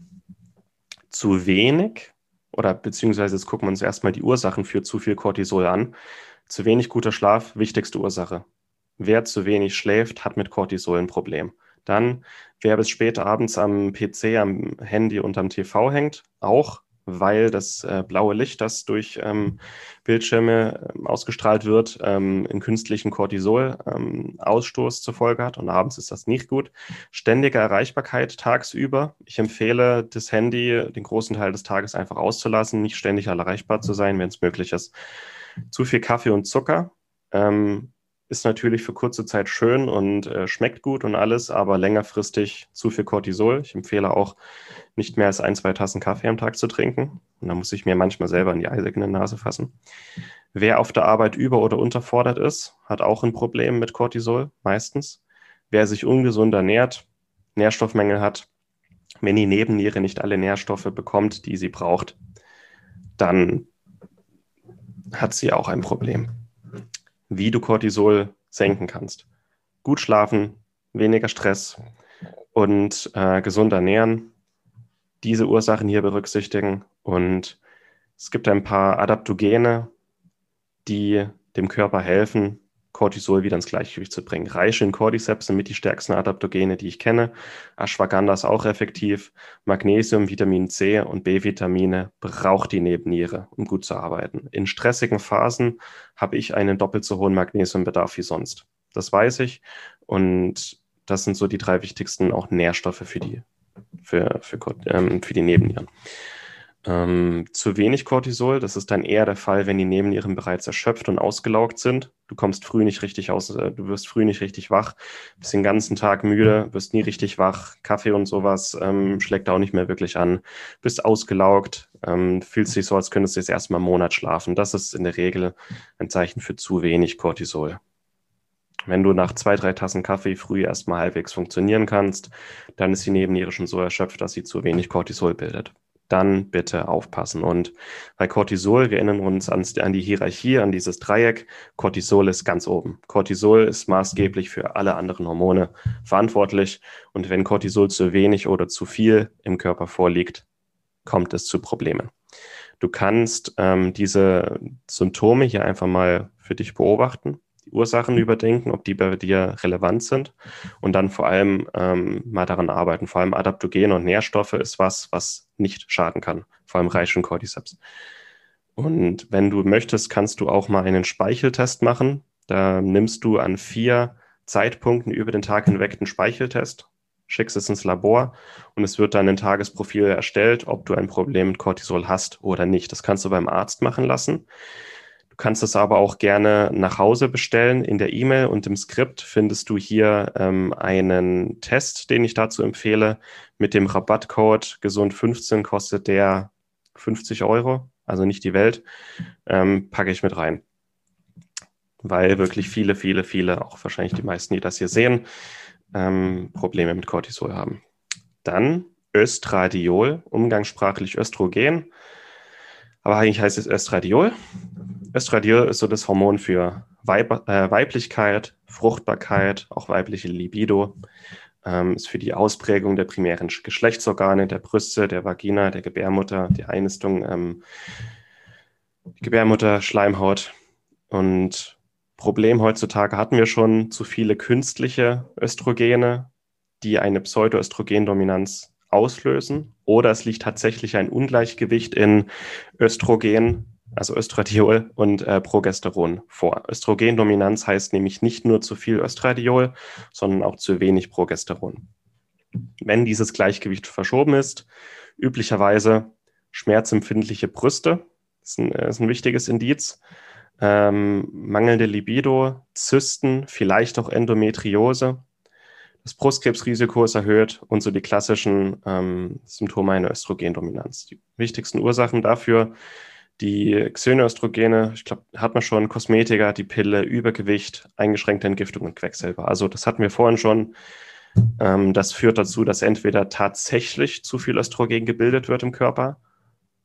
Zu wenig, oder beziehungsweise jetzt gucken wir uns erstmal die Ursachen für zu viel Cortisol an. Zu wenig guter Schlaf, wichtigste Ursache. Wer zu wenig schläft, hat mit Cortisol ein Problem. Dann, wer bis spät abends am PC, am Handy und am TV hängt, auch, weil das blaue Licht, das durch Bildschirme ausgestrahlt wird, einen künstlichen Cortisol-Ausstoß zur Folge hat. Und abends ist das nicht gut. Ständige Erreichbarkeit tagsüber. Ich empfehle, das Handy den großen Teil des Tages einfach auszulassen, nicht ständig erreichbar zu sein, wenn es möglich ist. Zu viel Kaffee und Zucker ist natürlich für kurze Zeit schön und schmeckt gut und alles, aber längerfristig zu viel Cortisol. Ich empfehle auch, nicht mehr als 1, 2 Tassen Kaffee am Tag zu trinken. Und da muss ich mir manchmal selber in die eisige Nase fassen. Wer auf der Arbeit über- oder unterfordert ist, hat auch ein Problem mit Cortisol, meistens. Wer sich ungesund ernährt, Nährstoffmängel hat, wenn die Nebenniere nicht alle Nährstoffe bekommt, die sie braucht, dann hat sie auch ein Problem. Wie du Cortisol senken kannst. Gut schlafen, weniger Stress und gesund ernähren. Diese Ursachen hier berücksichtigen. Und es gibt ein paar Adaptogene, die dem Körper helfen, Cortisol wieder ins Gleichgewicht zu bringen. Reishi und Cordyceps sind mit die stärksten Adaptogene, die ich kenne. Ashwagandha ist auch effektiv. Magnesium, Vitamin C und B-Vitamine braucht die Nebenniere, um gut zu arbeiten. In stressigen Phasen habe ich einen doppelt so hohen Magnesiumbedarf wie sonst. Das weiß ich. Und das sind so die 3 wichtigsten auch Nährstoffe für die Nebennieren. Zu wenig Cortisol, das ist dann eher der Fall, wenn die Nebennieren bereits erschöpft und ausgelaugt sind. Du kommst früh nicht richtig du wirst früh nicht richtig wach, bist den ganzen Tag müde, wirst nie richtig wach, Kaffee und sowas schlägt auch nicht mehr wirklich an, bist ausgelaugt, fühlst dich so, als könntest du jetzt erstmal einen Monat schlafen. Das ist in der Regel ein Zeichen für zu wenig Cortisol. Wenn du nach 2, 3 Tassen Kaffee früh erstmal halbwegs funktionieren kannst, dann ist die Nebenniere schon so erschöpft, dass sie zu wenig Cortisol bildet. Dann bitte aufpassen. Und bei Cortisol, wir erinnern uns an die Hierarchie, an dieses Dreieck. Cortisol ist ganz oben. Cortisol ist maßgeblich für alle anderen Hormone verantwortlich. Und wenn Cortisol zu wenig oder zu viel im Körper vorliegt, kommt es zu Problemen. Du kannst diese Symptome hier einfach mal für dich beobachten, die Ursachen überdenken, ob die bei dir relevant sind und dann vor allem mal daran arbeiten. Vor allem Adaptogene und Nährstoffe ist was nicht schaden kann, vor allem Reishi und Cordyceps. Und wenn du möchtest, kannst du auch mal einen Speicheltest machen. Da nimmst du an 4 Zeitpunkten über den Tag hinweg einen Speicheltest, schickst es ins Labor und es wird dann ein Tagesprofil erstellt, ob du ein Problem mit Cortisol hast oder nicht. Das kannst du beim Arzt machen lassen. Du kannst es aber auch gerne nach Hause bestellen. In der E-Mail und im Skript findest du hier einen Test, den ich dazu empfehle. Mit dem Rabattcode Gesund15 kostet der 50 €, also nicht die Welt, packe ich mit rein. Weil wirklich viele, auch wahrscheinlich die meisten, die das hier sehen, Probleme mit Cortisol haben. Dann Östradiol, umgangssprachlich Östrogen, aber eigentlich heißt es Östradiol. Östradiol ist so das Hormon für Weiblichkeit, Fruchtbarkeit, auch weibliche Libido, ist für die Ausprägung der primären Geschlechtsorgane, der Brüste, der Vagina, der Gebärmutter, die Einnistung, die Gebärmutter, Schleimhaut. Und Problem heutzutage hatten wir schon zu viele künstliche Östrogene, die eine Pseudoöstrogendominanz auslösen. Oder es liegt tatsächlich ein Ungleichgewicht in Östrogen, also Östradiol und Progesteron vor. Östrogendominanz heißt nämlich nicht nur zu viel Östradiol, sondern auch zu wenig Progesteron. Wenn dieses Gleichgewicht verschoben ist, üblicherweise schmerzempfindliche Brüste, ist ein wichtiges Indiz. Mangelnde Libido, Zysten, vielleicht auch Endometriose. Das Brustkrebsrisiko ist erhöht und so die klassischen Symptome einer Östrogendominanz. Die wichtigsten Ursachen dafür, die Xenoöstrogene, ich glaube, hat man schon, Kosmetika, die Pille, Übergewicht, eingeschränkte Entgiftung und Quecksilber. Also das hatten wir vorhin schon. Das führt dazu, dass entweder tatsächlich zu viel Östrogen gebildet wird im Körper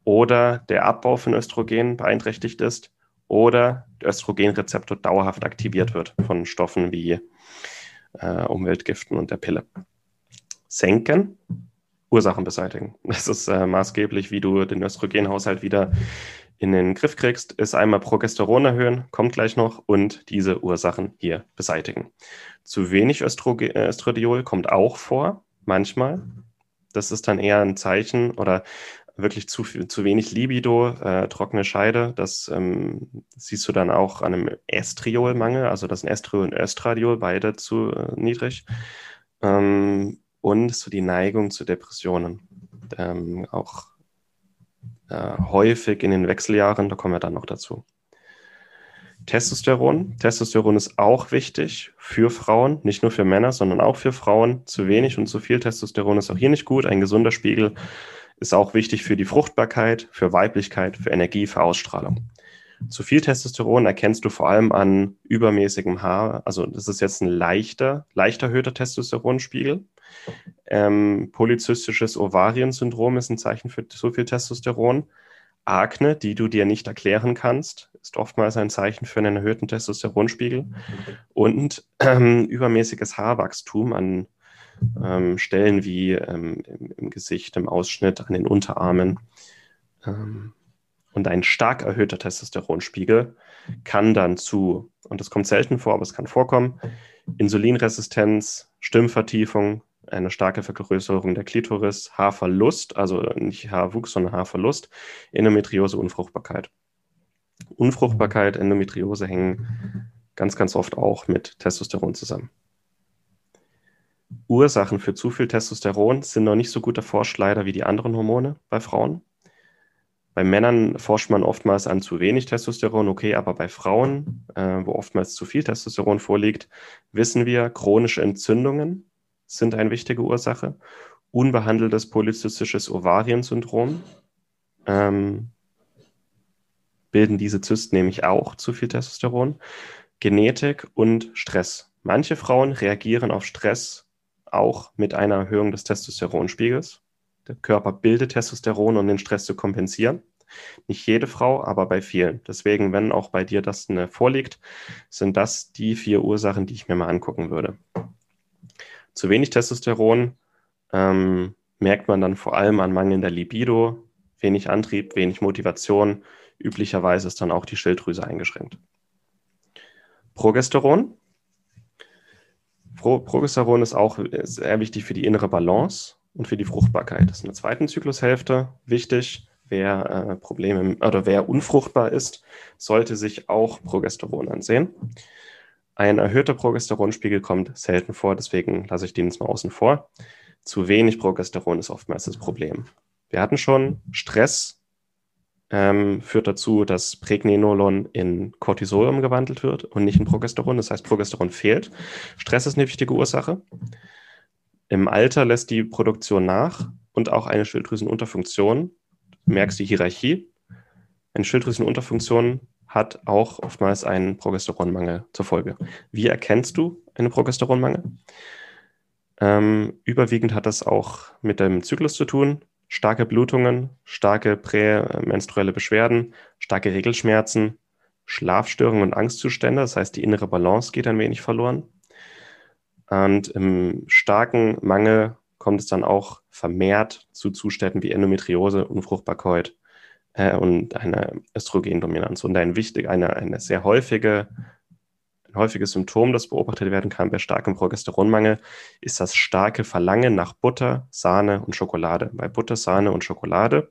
oder der Abbau von Östrogen beeinträchtigt ist oder der Östrogenrezeptor dauerhaft aktiviert wird von Stoffen wie Umweltgiften und der Pille. Senken, Ursachen beseitigen. Das ist maßgeblich, wie du den Östrogenhaushalt wieder in den Griff kriegst, ist einmal Progesteron erhöhen, kommt gleich noch, und diese Ursachen hier beseitigen. Zu wenig Östradiol kommt auch vor, manchmal. Das ist dann eher ein Zeichen oder wirklich zu wenig Libido, trockene Scheide. Das siehst du dann auch an einem Estriolmangel, also das sind Estriol und Östradiol, beide zu niedrig. Und so die Neigung zu Depressionen. Auch häufig in den Wechseljahren, da kommen wir dann noch dazu. Testosteron. Testosteron ist auch wichtig für Frauen, nicht nur für Männer, sondern auch für Frauen. Zu wenig und zu viel Testosteron ist auch hier nicht gut. Ein gesunder Spiegel ist auch wichtig für die Fruchtbarkeit, für Weiblichkeit, für Energie, für Ausstrahlung. Zu viel Testosteron erkennst du vor allem an übermäßigem Haar. Also das ist jetzt ein leicht erhöhter Testosteronspiegel. Polyzystisches Ovariensyndrom ist ein Zeichen für zu viel Testosteron. Akne, die du dir nicht erklären kannst, ist oftmals ein Zeichen für einen erhöhten Testosteronspiegel. Und übermäßiges Haarwachstum an Stellen wie im Gesicht, im Ausschnitt, an den Unterarmen. Und ein stark erhöhter Testosteronspiegel kann dann zu, und das kommt selten vor, aber es kann vorkommen, Insulinresistenz, Stimmvertiefung, eine starke Vergrößerung der Klitoris, Haarverlust, also nicht Haarwuchs, sondern Haarverlust, Endometriose, Unfruchtbarkeit. Unfruchtbarkeit, Endometriose hängen ganz, ganz oft auch mit Testosteron zusammen. Ursachen für zu viel Testosteron sind noch nicht so gut erforscht, leider, wie die anderen Hormone bei Frauen. Bei Männern forscht man oftmals an zu wenig Testosteron, okay, aber bei Frauen, wo oftmals zu viel Testosteron vorliegt, wissen wir, chronische Entzündungen sind eine wichtige Ursache. Unbehandeltes polyzystisches Ovariensyndrom bilden diese Zysten nämlich auch zu viel Testosteron. Genetik und Stress. Manche Frauen reagieren auf Stress auch mit einer Erhöhung des Testosteronspiegels. Der Körper bildet Testosteron, um den Stress zu kompensieren. Nicht jede Frau, aber bei vielen. Deswegen, wenn auch bei dir das vorliegt, sind das die 4 Ursachen, die ich mir mal angucken würde. Zu wenig Testosteron merkt man dann vor allem an mangelnder Libido, wenig Antrieb, wenig Motivation. Üblicherweise ist dann auch die Schilddrüse eingeschränkt. Progesteron. Progesteron ist auch sehr wichtig für die innere Balance und für die Fruchtbarkeit. Das ist in der zweiten Zyklushälfte wichtig. Wer wer unfruchtbar ist, sollte sich auch Progesteron ansehen. Ein erhöhter Progesteronspiegel kommt selten vor, deswegen lasse ich den jetzt mal außen vor. Zu wenig Progesteron ist oftmals das Problem. Wir hatten schon, Stress führt dazu, dass Pregnenolon in Cortisol umgewandelt wird und nicht in Progesteron. Das heißt, Progesteron fehlt. Stress ist eine wichtige Ursache. Im Alter lässt die Produktion nach und auch eine Schilddrüsenunterfunktion. Du merkst die Hierarchie. Eine Schilddrüsenunterfunktion hat auch oftmals einen Progesteronmangel zur Folge. Wie erkennst du einen Progesteronmangel? Überwiegend hat das auch mit dem Zyklus zu tun. Starke Blutungen, starke prämenstruelle Beschwerden, starke Regelschmerzen, Schlafstörungen und Angstzustände. Das heißt, die innere Balance geht ein wenig verloren. Und im starken Mangel kommt es dann auch vermehrt zu Zuständen wie Endometriose, Unfruchtbarkeit und eine Östrogendominanz. Und ein sehr häufiges Symptom, das beobachtet werden kann bei starkem Progesteronmangel, ist das starke Verlangen nach Butter, Sahne und Schokolade. Bei Butter, Sahne und Schokolade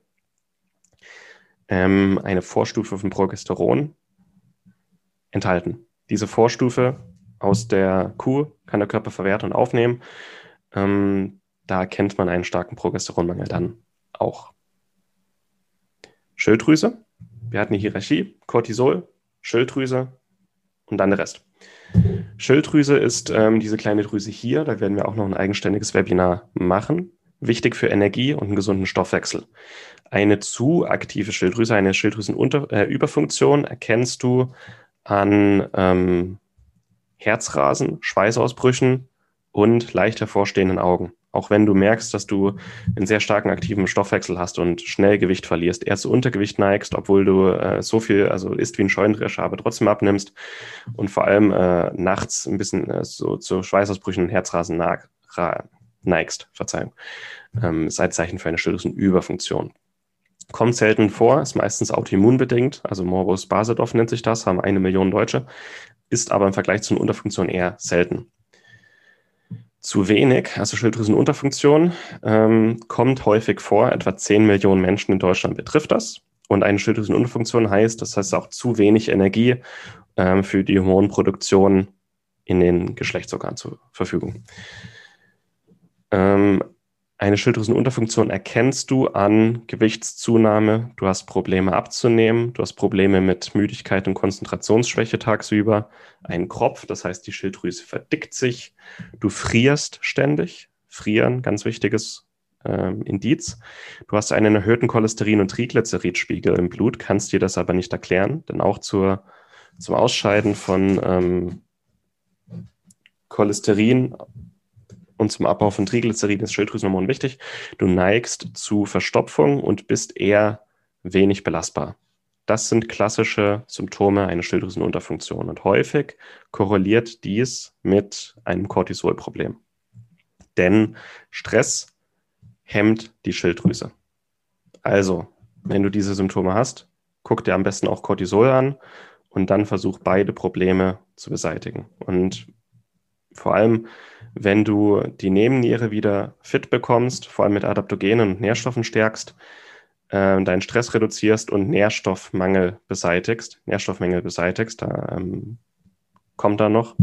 eine Vorstufe von Progesteron enthalten. Diese Vorstufe aus der Kuh kann der Körper verwerten und aufnehmen. Da erkennt man einen starken Progesteronmangel dann auch. Schilddrüse. Wir hatten die Hierarchie, Cortisol, Schilddrüse und dann der Rest. Schilddrüse ist diese kleine Drüse hier, da werden wir auch noch ein eigenständiges Webinar machen. Wichtig für Energie und einen gesunden Stoffwechsel. Eine zu aktive Schilddrüse, eine Schilddrüsenüberfunktion erkennst du an Herzrasen, Schweißausbrüchen und leicht hervorstehenden Augen. auch wenn du merkst, dass du einen sehr starken aktiven Stoffwechsel hast und schnell Gewicht verlierst, eher zu Untergewicht neigst, obwohl du so viel, also isst wie ein Scheunendrescher, aber trotzdem abnimmst und vor allem nachts ein bisschen so zu Schweißausbrüchen und Herzrasen neigst, Verzeihung, sei Zeichen für eine Schilddrüsenüberfunktion. Kommt selten vor, ist meistens autoimmunbedingt, also Morbus Basedow nennt sich das, haben 1 Million Deutsche, ist aber im Vergleich zu einer Unterfunktion eher selten. Zu wenig, also Schilddrüsenunterfunktion, kommt häufig vor, etwa 10 Millionen Menschen in Deutschland betrifft das. Und eine Schilddrüsenunterfunktion das heißt auch zu wenig Energie für die Hormonproduktion in den Geschlechtsorganen zur Verfügung. Eine Schilddrüsenunterfunktion erkennst du an Gewichtszunahme, du hast Probleme abzunehmen, du hast Probleme mit Müdigkeit und Konzentrationsschwäche tagsüber, einen Kropf, das heißt die Schilddrüse verdickt sich, du frierst ständig, frieren, ganz wichtiges Indiz. Du hast einen erhöhten Cholesterin- und Triglyceridspiegel im Blut, kannst dir das aber nicht erklären, denn auch zum Ausscheiden von Cholesterin und zum Abbau von Triglycerid ist Schilddrüsenhormon wichtig. Du neigst zu Verstopfung und bist eher wenig belastbar. Das sind klassische Symptome einer Schilddrüsenunterfunktion und häufig korreliert dies mit einem Cortisolproblem. Denn Stress hemmt die Schilddrüse. Also, wenn du diese Symptome hast, guck dir am besten auch Cortisol an und dann versuch beide Probleme zu beseitigen. Und vor allem, wenn du die Nebenniere wieder fit bekommst, vor allem mit Adaptogenen und Nährstoffen stärkst, deinen Stress reduzierst und Nährstoffmängel beseitigst, da kommt da noch,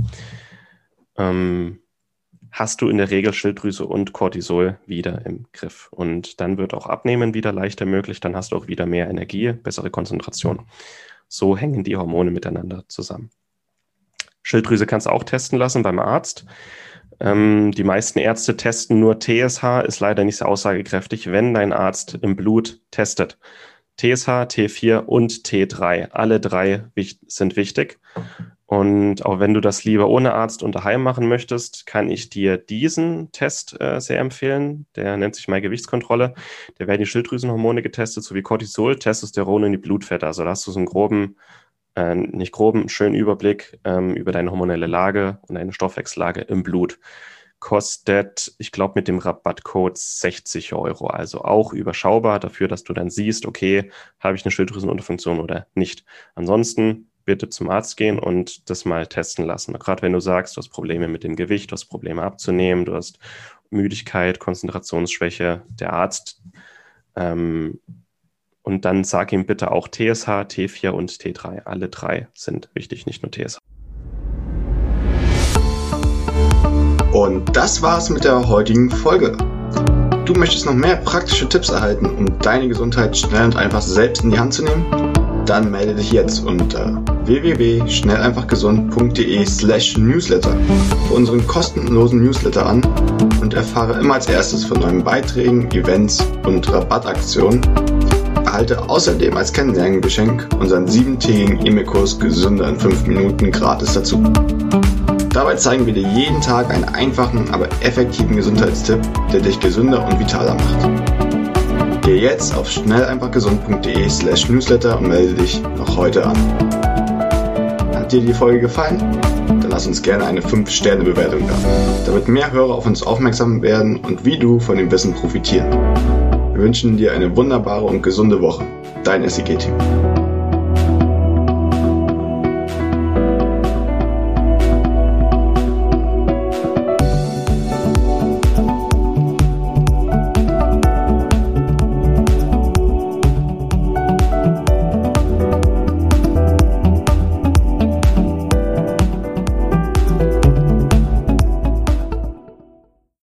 hast du in der Regel Schilddrüse und Cortisol wieder im Griff. Und dann wird auch Abnehmen wieder leichter möglich, dann hast du auch wieder mehr Energie, bessere Konzentration. So hängen die Hormone miteinander zusammen. Schilddrüse kannst du auch testen lassen beim Arzt. Die meisten Ärzte testen nur TSH, ist leider nicht so aussagekräftig, wenn dein Arzt im Blut testet. TSH, T4 und T3, alle drei sind wichtig. Und auch wenn du das lieber ohne Arzt und daheim machen möchtest, kann ich dir diesen Test sehr empfehlen. Der nennt sich mal Gewichtskontrolle. Da werden die Schilddrüsenhormone getestet, sowie Cortisol, Testosteron und die Blutfette. Also da hast du so einen schönen Überblick über deine hormonelle Lage und deine Stoffwechsellage im Blut. Kostet, ich glaube, mit dem Rabattcode 60 €. Also auch überschaubar dafür, dass du dann siehst, okay, habe ich eine Schilddrüsenunterfunktion oder nicht. Ansonsten bitte zum Arzt gehen und das mal testen lassen. Gerade wenn du sagst, du hast Probleme mit dem Gewicht, du hast Probleme abzunehmen, du hast Müdigkeit, Konzentrationsschwäche, der Arzt und dann sag ihm bitte auch TSH, T4 und T3. Alle drei sind wichtig, nicht nur TSH. Und das war's mit der heutigen Folge. Du möchtest noch mehr praktische Tipps erhalten, um deine Gesundheit schnell und einfach selbst in die Hand zu nehmen? Dann melde dich jetzt unter www.schnelleinfachgesund.de/newsletter für unseren kostenlosen Newsletter an und erfahre immer als erstes von neuen Beiträgen, Events und Rabattaktionen. Erhalte außerdem als Kennenlerngeschenk unseren 7-tägigen E-Mail-Kurs Gesünder in 5 Minuten gratis dazu. Dabei zeigen wir dir jeden Tag einen einfachen, aber effektiven Gesundheitstipp, der dich gesünder und vitaler macht. Gehe jetzt auf schnelleinfachgesund.de/newsletter und melde dich noch heute an. Hat dir die Folge gefallen? Dann lass uns gerne eine 5-Sterne-Bewertung da, damit mehr Hörer auf uns aufmerksam werden und wie du von dem Wissen profitieren. Wir wünschen dir eine wunderbare und gesunde Woche. Dein SIG-Team.